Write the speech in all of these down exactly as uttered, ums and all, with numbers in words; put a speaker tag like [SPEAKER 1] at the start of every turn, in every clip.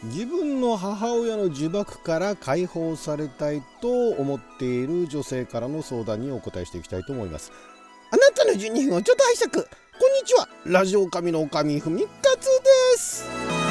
[SPEAKER 1] 自分の母親の呪縛から解放されたいと思っている女性からの相談にお答えしていきたいと思います。あなたのじゅうにふんをちょっと拝借。こんにちは、ラジオ神の神ふみかつです。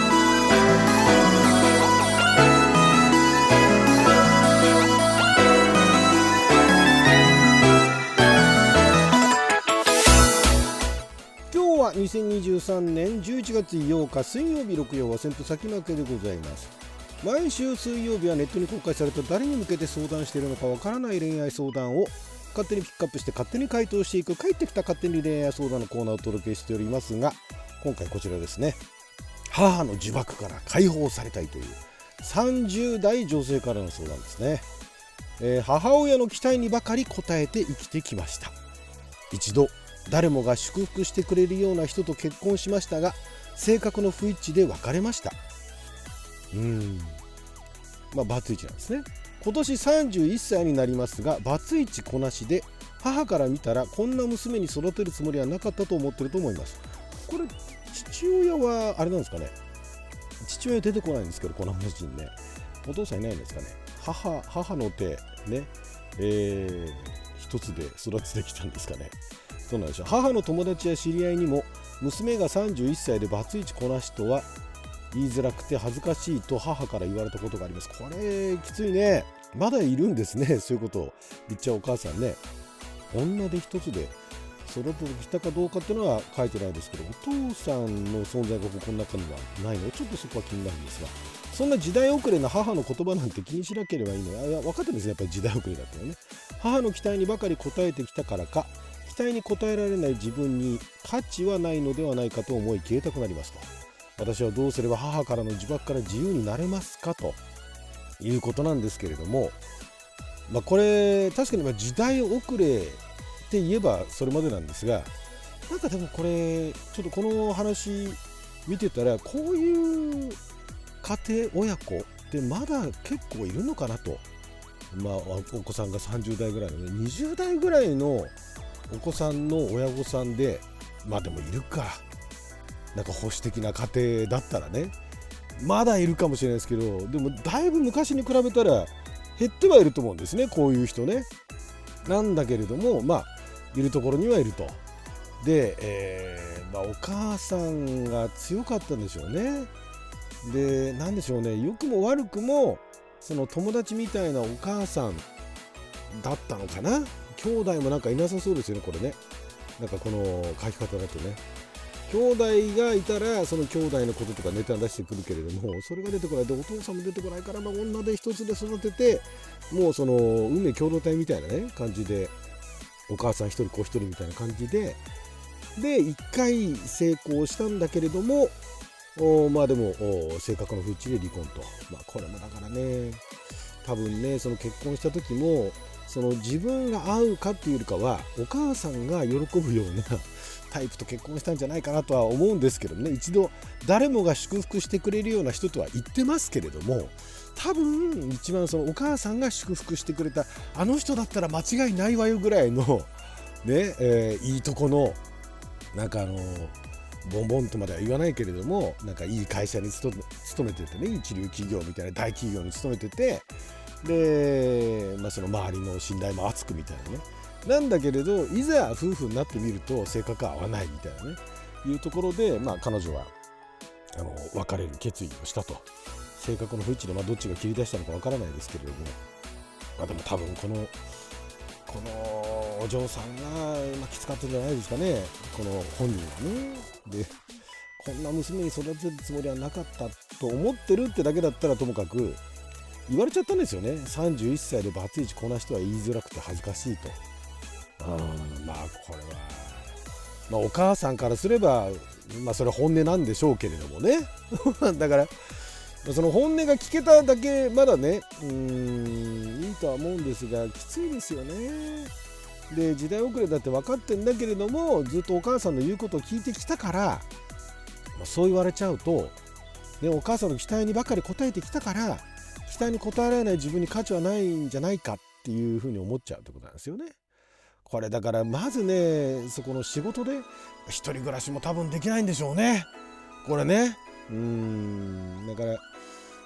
[SPEAKER 1] 今日はにせんにじゅうさんねんじゅういちがつようか水曜日、六曜は旋風先負けでございます。毎週水曜日はネットに公開された誰に向けて相談しているのかわからない恋愛相談を勝手にピックアップして勝手に回答していく、帰ってきた勝手に恋愛相談のコーナーをお届けしておりますが、今回こちらですね。母の呪縛から解放されたいというさんじゅうだい女性からの相談ですね。えー、母親の期待にばかり応えて生きてきました。一度誰もが祝福してくれるような人と結婚しましたが、性格の不一致で別れました。うーんまあバツイチなんですね。今年さんじゅういっさいになりますが、バツイチこなしで、母から見たらこんな娘に育てるつもりはなかったと思ってると思います。これ父親はあれなんですかね。父親出てこないんですけど、この話にね、お父さんいないんですかね。母母の手ね、えー、一つで育ててきたんですかね。どうなんでしょう。母の友達や知り合いにも、娘がさんじゅういっさいでバツイチこなしとは言いづらくて恥ずかしいと母から言われたことがあります。これきついね。まだいるんですね、そういうことを言っちゃうお母さんね。女で一つで育ててきたかどうかっていうのは書いてないですけど、お父さんの存在がここの中にはないの、ちょっとそこは気になるんですが、そんな時代遅れな母の言葉なんて気にしなければいいの。いや分かってるんですね、やっぱり時代遅れだったよね。母の期待にばかり応えてきたからか、期待に応えられない自分に価値はないのではないかと思い消えたくなりますと。私はどうすれば母からの呪縛から自由になれますかということなんですけれども、まあ、これ確かに時代遅れって言えばそれまでなんですが、なんかでもこれちょっとこの話見てたら、こういう家庭親子ってまだ結構いるのかなと。まあお子さんがさんじゅうだいぐらいのね、にじゅうだいぐらいのお子さんの親御さんで、まあでもいるか、なんか保守的な家庭だったらね、まだいるかもしれないですけど、でもだいぶ昔に比べたら減ってはいると思うんですね、こういう人ね。なんだけれども、まあいるところにはいると。で、えーまあ、お母さんが強かったんでしょうね。で、なんでしょうね、良くも悪くもその友達みたいなお母さんだったのかな。兄弟もなんかいなさそうですよね、これね。なんかこの書き方だとね、兄弟がいたらその兄弟のこととかネタ出してくるけれども、それが出てこないで、お父さんも出てこないから、まあ女で一つで育てて、もうその運命共同体みたいなね感じで、お母さん一人子一人みたいな感じで、で一回成功したんだけれども、おまあでも性格の不一致で離婚と。まあこれもだからね、多分ね、その結婚した時も、その自分が合うかっていうよりかは、お母さんが喜ぶようなタイプと結婚したんじゃないかなとは思うんですけどね。一度誰もが祝福してくれるような人とは言ってますけれども、多分一番そのお母さんが祝福してくれたあの人だったら間違いないわよぐらいのね、えー、いいとこのなんかあのボンボンとまでは言わないけれども、なんかいい会社に勤め、勤めててね、一流企業みたいな大企業に勤めてて、で、まあ、その周りの信頼も厚くみたいなね、なんだけれど、いざ夫婦になってみると性格合わないみたいなね、いうところで、まあ、彼女はあの別れる決意をしたと。性格の不一致で、まあ、どっちが切り出したのかわからないですけれども、まあ、でも多分このこのお嬢さんが、まあ、きつかったんじゃないですかね、この本人はね。で、こんな娘に育てるつもりはなかったと思ってるってだけだったらともかく、言われちゃったんですよね。さんじゅういっさいでバツイチこなしては言いづらくて恥ずかしいと。あまあこれは、まあ、お母さんからすれば、まあそれは本音なんでしょうけれどもねだからその本音が聞けただけまだね、うーんいいとは思うんですが、きついですよね。で、時代遅れだって分かってんだけれども、ずっとお母さんの言うことを聞いてきたから、まあ、そう言われちゃうと、ね、お母さんの期待にばかり応えてきたから、期待に応えられない自分に価値はないんじゃないかっていうふうに思っちゃうってことなんですよね。これだから、まずね、そこの仕事で一人暮らしも多分できないんでしょうね、これね。うーんだから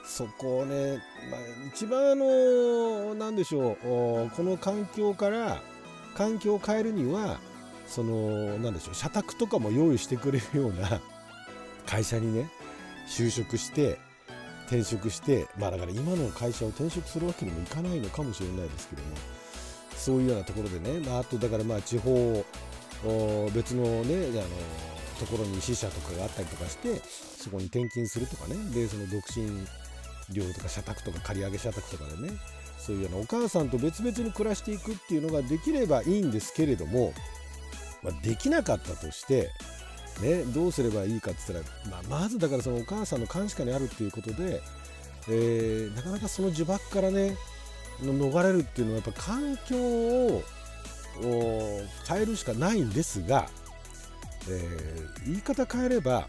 [SPEAKER 1] そこをね、まあ、一番あのなんでしょう、この環境から環境を変えるにはそのなんでしょう、社宅とかも用意してくれるような会社にね就職して転職して、まあだから今の会社を転職するわけにもいかないのかもしれないですけども、そういうようなところでね、まあ、あとだからまあ地方別のねあのところに支社とかがあったりとかしてそこに転勤するとかね、でその独身寮とか社宅とか借り上げ社宅とかでね、そういうようなお母さんと別々に暮らしていくっていうのができればいいんですけれども、まあ、できなかったとしてね、どうすればいいかって言ったら、まあ、まずだからそのお母さんの監視下にあるっていうことで、えー、なかなかその呪縛からね逃れるっていうのはやっぱ環境を変えるしかないんですが、えー、言い方変えれば、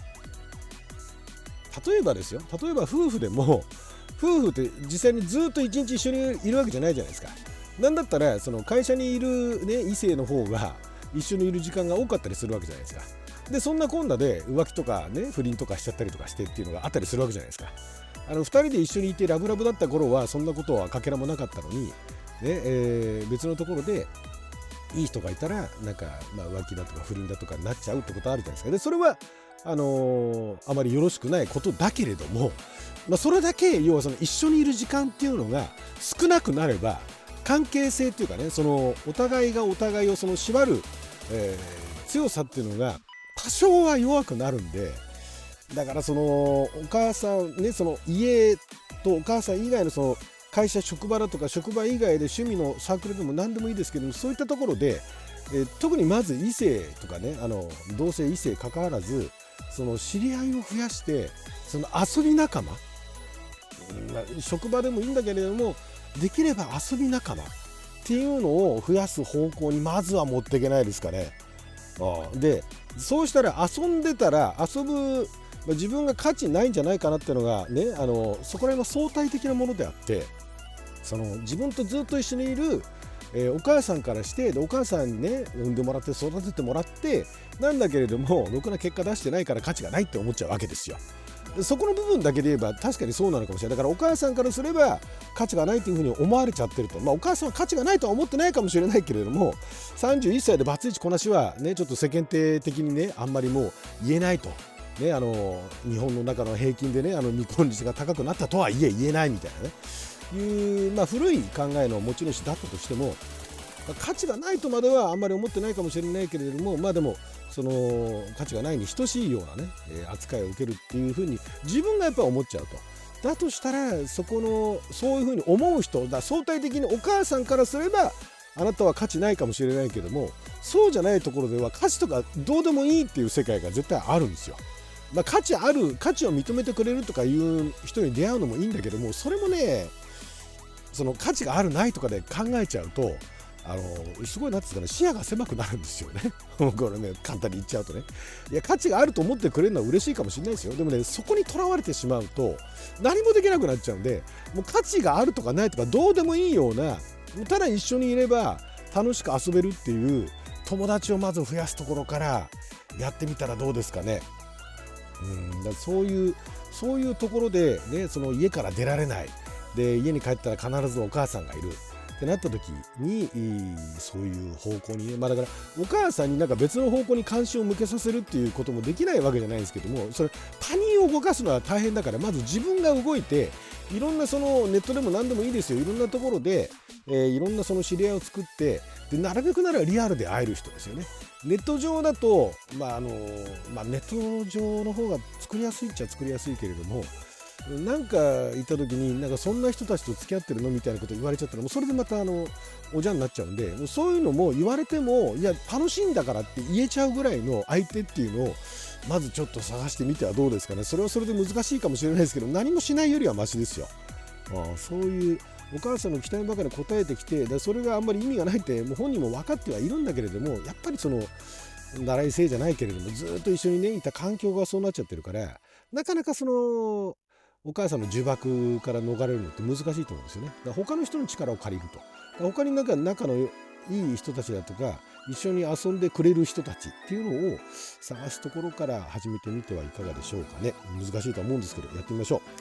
[SPEAKER 1] 例えばですよ、例えば夫婦でも夫婦って実際にずっと一日一緒にいるわけじゃないじゃないですか。なんだったらその会社にいる、ね、異性の方が一緒にいる時間が多かったりするわけじゃないですか。でそんなこんなで浮気とかね不倫とかしちゃったりとかしてっていうのがあったりするわけじゃないですか。あのふたりで一緒にいてラブラブだった頃はそんなことはかけらもなかったのに、ねえー、別のところでいい人がいたらなんか、まあ、浮気だとか不倫だとかになっちゃうってことあるじゃないですか。でそれはあのー、あまりよろしくないことだけれども、まあ、それだけ要はその一緒にいる時間っていうのが少なくなれば関係性っていうかね、そのお互いがお互いをその縛る、えー、強さっていうのが多少は弱くなるんで、だからそのお母さんね、その家とお母さん以外のその会社職場だとか職場以外で趣味のサークルでも何でもいいですけども、そういったところで、えー、特にまず異性とかね、あの同性異性関わらずその知り合いを増やしてその遊び仲間、まあ、職場でもいいんだけれどもできれば遊び仲間っていうのを増やす方向にまずは持っていけないですかね。あでそうしたら遊んでたら遊ぶ自分が価値ないんじゃないかなっていうのがね、あのそこら辺の相対的なものであって、その自分とずっと一緒にいる、えー、お母さんからしてでお母さんにね産んでもらって育ててもらってなんだけれどもろくな結果出してないから価値がないって思っちゃうわけですよ。そこの部分だけで言えば確かにそうなのかもしれない。だからお母さんからすれば価値がないというふうに思われちゃってると、まあ、お母さんは価値がないとは思ってないかもしれないけれどもさんじゅういっさいでバツイチこなしはねちょっと世間体的にねあんまりもう言えないと、ね、あの日本の中の平均でねあの未婚率が高くなったとはいえ言えないみたいなねいう、まあ、古い考えの持ち主だったとしても価値がないとまではあんまり思ってないかもしれないけれども、まあでもその価値がないに等しいようなね、えー、扱いを受けるっていうふうに自分がやっぱり思っちゃうと。だとしたらそこのそういうふうに思う人だ、相対的にお母さんからすればあなたは価値ないかもしれないけどもそうじゃないところでは価値とかどうでもいいっていう世界が絶対あるんですよ。まあ、価値ある価値を認めてくれるとかいう人に出会うのもいいんだけども、それもねその価値があるないとかで考えちゃうとあのすごいなって言ったら視野が狭くなるんですよねこれね簡単に言っちゃうとね、いや価値があると思ってくれるのは嬉しいかもしれないですよ。でもねそこにとらわれてしまうと何もできなくなっちゃうんで、もう価値があるとかないとかどうでもいいような、ただ一緒にいれば楽しく遊べるっていう友達をまず増やすところからやってみたらどうですかね。うんだからそういうそういうところでね、その家から出られないで家に帰ったら必ずお母さんがいるってなった時にそういう方向にね、まあだからお母さんになんか別の方向に関心を向けさせるっていうこともできないわけじゃないんですけども、それ他人を動かすのは大変だからまず自分が動いていろんなそのネットでも何でもいいですよ、いろんなところで、えー、いろんなその知り合いを作ってでなるべくならリアルで会える人ですよね。ネット上だとまああのまあネット上の方が作りやすいっちゃ作りやすいけれども、なんか行った時になんかそんな人たちと付き合ってるのみたいなこと言われちゃったらもうそれでまたあのおじゃんになっちゃうんで、もうそういうのも言われてもいや楽しいんだからって言えちゃうぐらいの相手っていうのをまずちょっと探してみてはどうですかね。それはそれで難しいかもしれないですけど何もしないよりはマシですよ。ああそういうお母さんの期待ばかり答えてきて、でそれがあんまり意味がないってもう本人も分かってはいるんだけれども、やっぱりその習い性じゃないけれどもずっと一緒にねいた環境がそうなっちゃってるからなかなかそのお母さんの呪縛から逃れるのって難しいと思うんですよね。だから他の人の力を借りると、他になんか仲のいい人たちだとか一緒に遊んでくれる人たちっていうのを探すところから始めてみてはいかがでしょうかね。難しいと思うんですけどやってみましょう。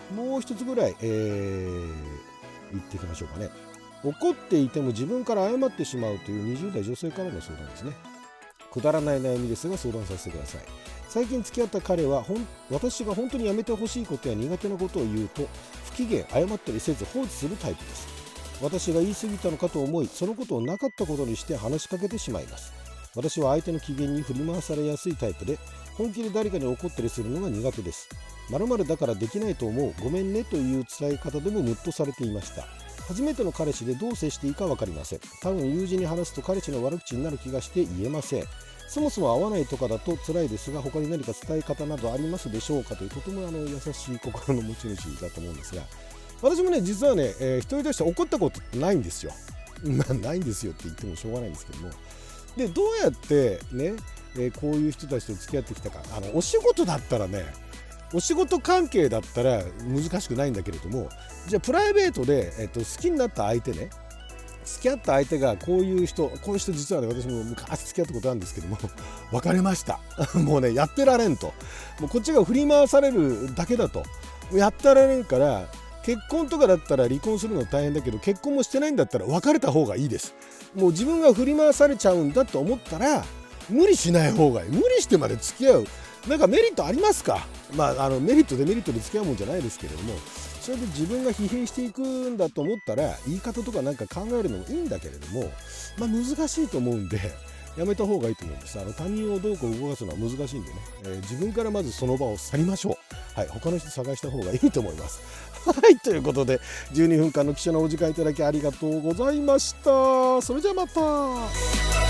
[SPEAKER 1] もう一つぐらい、えー、言っていきましょうかね。怒っていても自分から謝ってしまうというにじゅう代女性からの相談ですね。くだらない悩みですが相談させてください。最近付き合った彼はほん私が本当にやめてほしいことや苦手なことを言うと不機嫌、謝ったりせず放置するタイプです。私が言い過ぎたのかと思い、そのことをなかったことにして話しかけてしまいます。私は相手の機嫌に振り回されやすいタイプで、本気で誰かに怒ったりするのが苦手です。〇〇だからできないと思う、ごめんねという伝え方でもムッとされていました。初めての彼氏でどう接していいか分かりません。多分友人に話すと彼氏の悪口になる気がして言えません。そもそも会わないとかだと辛いですが、他に何か伝え方などありますでしょうかという、とてもあの優しい心の持ち主だと思うんですが、私もね実はね、えー、一人として怒ったことってないんですよ。まあないんですよって言ってもしょうがないんですけども、でどうやってね、えー、こういう人たちと付き合ってきたか、あのお仕事だったらね、お仕事関係だったら難しくないんだけれども、じゃあプライベートで、えー、と好きになった相手ね、付き合った相手がこういう人、こういう人実はね私も昔付き合ったことあるんですけども別れましたもうねやってられんと、もうこっちが振り回されるだけだと、やってられんから、結婚とかだったら離婚するの大変だけど、結婚もしてないんだったら別れた方がいいです。もう自分が振り回されちゃうんだと思ったら無理しない方がいい。無理してまで付き合うなんかメリットありますか？まああのメリットデメリットで付き合うもんじゃないですけれども、それで自分が疲弊していくんだと思ったら言い方とかなんか考えるのもいいんだけれども、まあ難しいと思うんでやめた方がいいと思うんです。あの他人をどうこう動かすのは難しいんでね、えー、自分からまずその場を去りましょう。はい、他の人探した方がいいと思います。はい、ということでじゅうにふんかんの記者のお時間いただきありがとうございました。それじゃあまた。